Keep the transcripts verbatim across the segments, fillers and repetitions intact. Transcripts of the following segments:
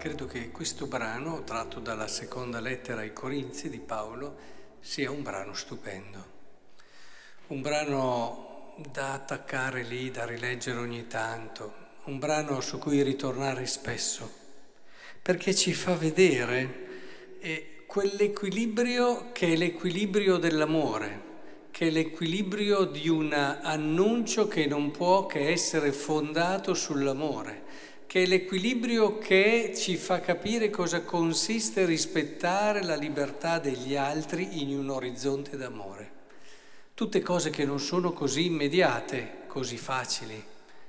credo che questo brano, tratto dalla seconda lettera ai Corinzi di Paolo, sia un brano stupendo. Un brano da attaccare lì, da rileggere ogni tanto, un brano su cui ritornare spesso, perché ci fa vedere eh, quell'equilibrio che è l'equilibrio dell'amore, che è l'equilibrio di un annuncio che non può che essere fondato sull'amore, che è l'equilibrio che ci fa capire cosa consiste rispettare la libertà degli altri in un orizzonte d'amore. Tutte cose che non sono così immediate, così facili,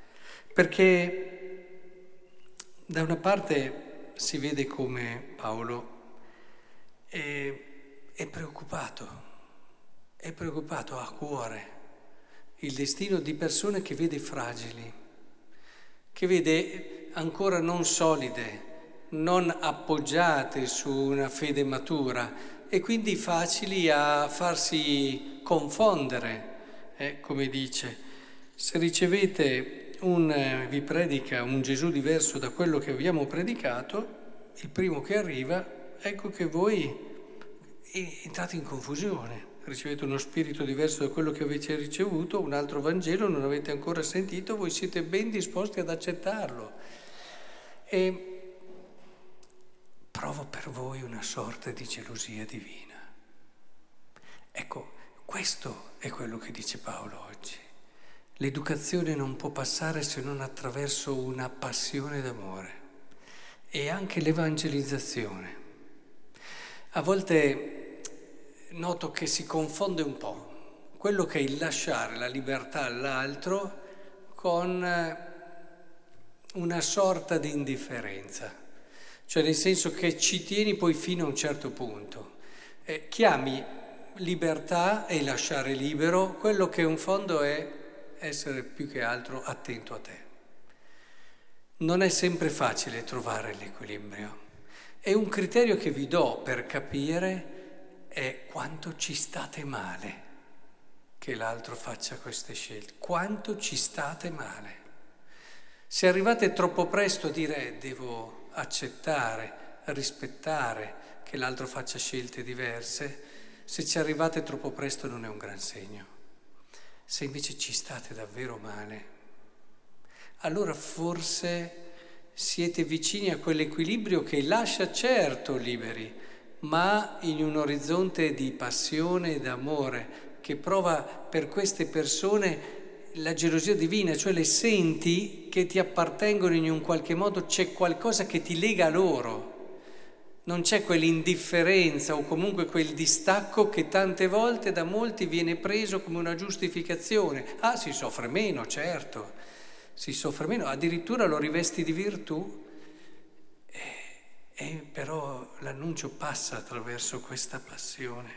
perché da una parte si vede come Paolo è, è preoccupato, è preoccupato, ha a cuore il destino di persone che vede fragili, che vede ancora non solide, non appoggiate su una fede matura e quindi facili a farsi confondere, eh, come dice. Se ricevete un, eh, vi predica un Gesù diverso da quello che abbiamo predicato, il primo che arriva, ecco che voi entrate in confusione. Ricevete uno spirito diverso da quello che avete ricevuto, un altro Vangelo non avete ancora sentito, voi siete ben disposti ad accettarlo. E provo per voi una sorta di gelosia divina. Ecco, questo è quello che dice Paolo oggi. L'educazione non può passare se non attraverso una passione d'amore e anche l'evangelizzazione. A volte noto che si confonde un po' quello che è il lasciare la libertà all'altro con una sorta di indifferenza, cioè nel senso che ci tieni poi fino a un certo punto. Eh, chiami libertà e lasciare libero quello che in fondo è essere più che altro attento a te. Non è sempre facile trovare l'equilibrio. È un criterio che vi do per capire è quanto ci state male che l'altro faccia queste scelte, quanto ci state male. Se arrivate troppo presto a dire devo accettare, rispettare che l'altro faccia scelte diverse, se ci arrivate troppo presto non è un gran segno. Se invece ci state davvero male, allora forse siete vicini a quell'equilibrio che lascia certo liberi, ma in un orizzonte di passione e d'amore che prova per queste persone la gelosia divina, cioè le senti che ti appartengono in un qualche modo, c'è qualcosa che ti lega a loro, non c'è quell'indifferenza o comunque quel distacco che tante volte da molti viene preso come una giustificazione. Ah, si soffre meno, certo, si soffre meno, addirittura lo rivesti di virtù. E però l'annuncio passa attraverso questa passione.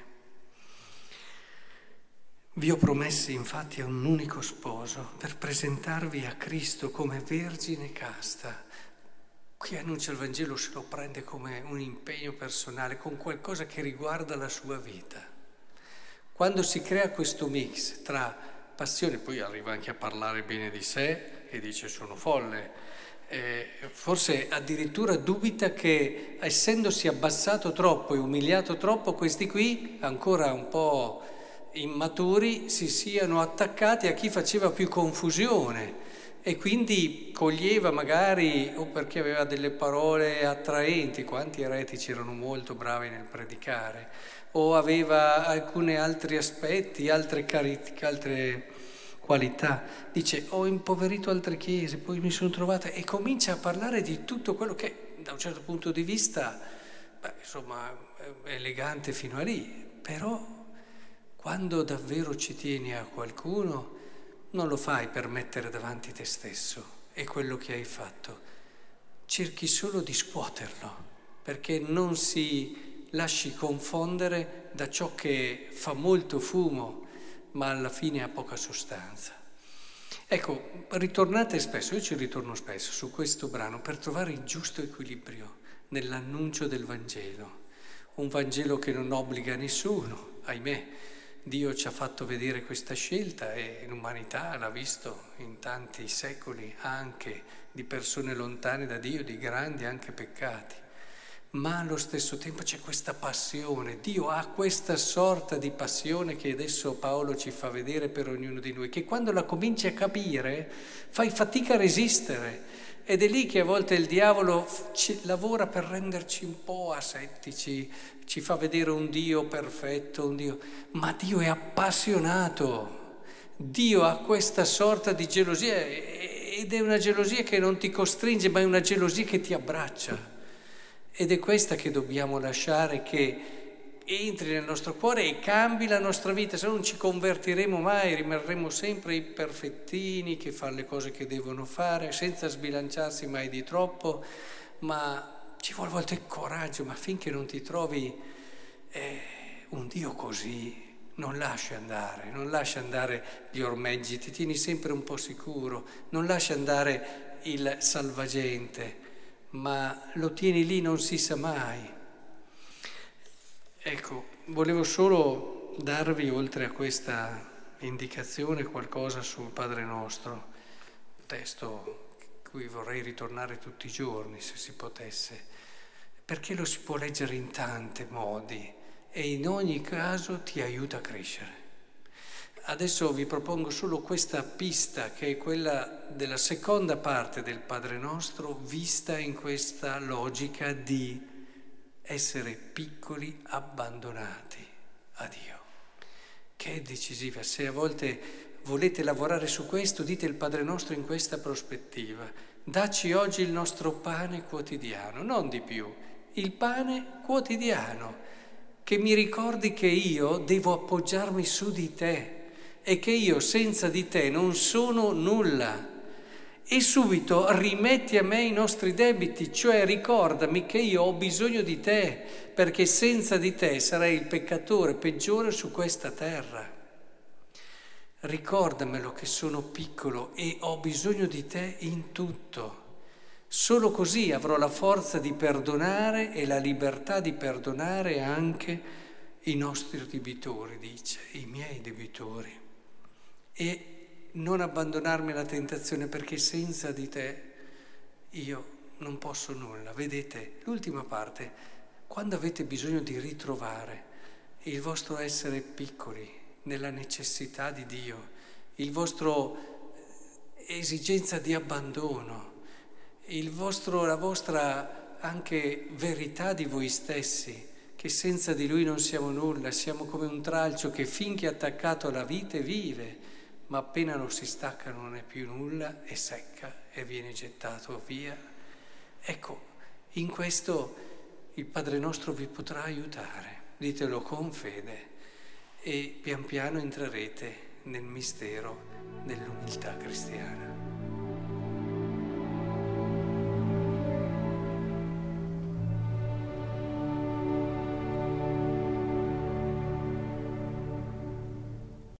Vi ho promessi infatti a un unico sposo per presentarvi a Cristo come vergine casta. Chi annuncia il Vangelo se lo prende come un impegno personale, con qualcosa che riguarda la sua vita. Quando si crea questo mix tra passione, poi arriva anche a parlare bene di sé e dice sono folle, Eh, forse addirittura dubita che essendosi abbassato troppo e umiliato troppo questi qui ancora un po' immaturi si siano attaccati a chi faceva più confusione e quindi coglieva magari o perché aveva delle parole attraenti, quanti eretici erano molto bravi nel predicare, o aveva alcuni altri aspetti, altre cariche, altre qualità, dice ho impoverito altre chiese, poi mi sono trovata e comincia a parlare di tutto quello che da un certo punto di vista, beh, insomma, è elegante fino a lì, però quando davvero ci tieni a qualcuno non lo fai per mettere davanti te stesso e quello che hai fatto, cerchi solo di scuoterlo perché non si lasci confondere da ciò che fa molto fumo ma alla fine ha poca sostanza. Ecco, ritornate spesso, io ci ritorno spesso su questo brano per trovare il giusto equilibrio nell'annuncio del Vangelo. Un Vangelo che non obbliga nessuno, ahimè, Dio ci ha fatto vedere questa scelta e l'umanità l'ha visto in tanti secoli anche di persone lontane da Dio, di grandi anche peccati. Ma allo stesso tempo c'è questa passione, Dio ha questa sorta di passione che adesso Paolo ci fa vedere per ognuno di noi, che quando la cominci a capire fai fatica a resistere. Ed è lì che a volte il diavolo ci lavora per renderci un po' asettici, ci fa vedere un Dio perfetto, un Dio, ma Dio è appassionato, Dio ha questa sorta di gelosia ed è una gelosia che non ti costringe, ma è una gelosia che ti abbraccia. Ed è questa che dobbiamo lasciare che entri nel nostro cuore e cambi la nostra vita, se no non ci convertiremo mai, rimarremo sempre i perfettini che fanno le cose che devono fare, senza sbilanciarsi mai di troppo, ma ci vuole a volte il coraggio, ma finché non ti trovi eh, un Dio così, non lasci andare, non lasci andare gli ormeggi, ti tieni sempre un po' sicuro, non lasci andare il salvagente, ma lo tieni lì, non si sa mai. Ecco, volevo solo darvi, oltre a questa indicazione, qualcosa sul Padre Nostro, un testo cui vorrei ritornare tutti i giorni, se si potesse, perché lo si può leggere in tanti modi e in ogni caso ti aiuta a crescere. Adesso vi propongo solo questa pista, che è quella della seconda parte del Padre Nostro, vista in questa logica di essere piccoli abbandonati a Dio, che è decisiva. Se a volte volete lavorare su questo, dite il Padre Nostro in questa prospettiva: dacci oggi il nostro pane quotidiano, non di più, il pane quotidiano, che mi ricordi che io devo appoggiarmi su di te e che io senza di te non sono nulla. E subito rimetti a me i nostri debiti, cioè ricordami che io ho bisogno di te, perché senza di te sarei il peccatore peggiore su questa terra. Ricordamelo che sono piccolo e ho bisogno di te in tutto. Solo così avrò la forza di perdonare e la libertà di perdonare anche i nostri debitori, dice, i miei debitori. E non abbandonarmi alla tentazione, perché senza di te io non posso nulla. Vedete, l'ultima parte, quando avete bisogno di ritrovare il vostro essere piccoli nella necessità di Dio, il vostro esigenza di abbandono, il vostro, la vostra anche verità di voi stessi, che senza di Lui non siamo nulla, siamo come un tralcio che finché è attaccato alla vite vive, ma appena lo si stacca non è più nulla, è secca e viene gettato via. Ecco, in questo il Padre Nostro vi potrà aiutare, ditelo con fede e pian piano entrerete nel mistero dell'umiltà cristiana.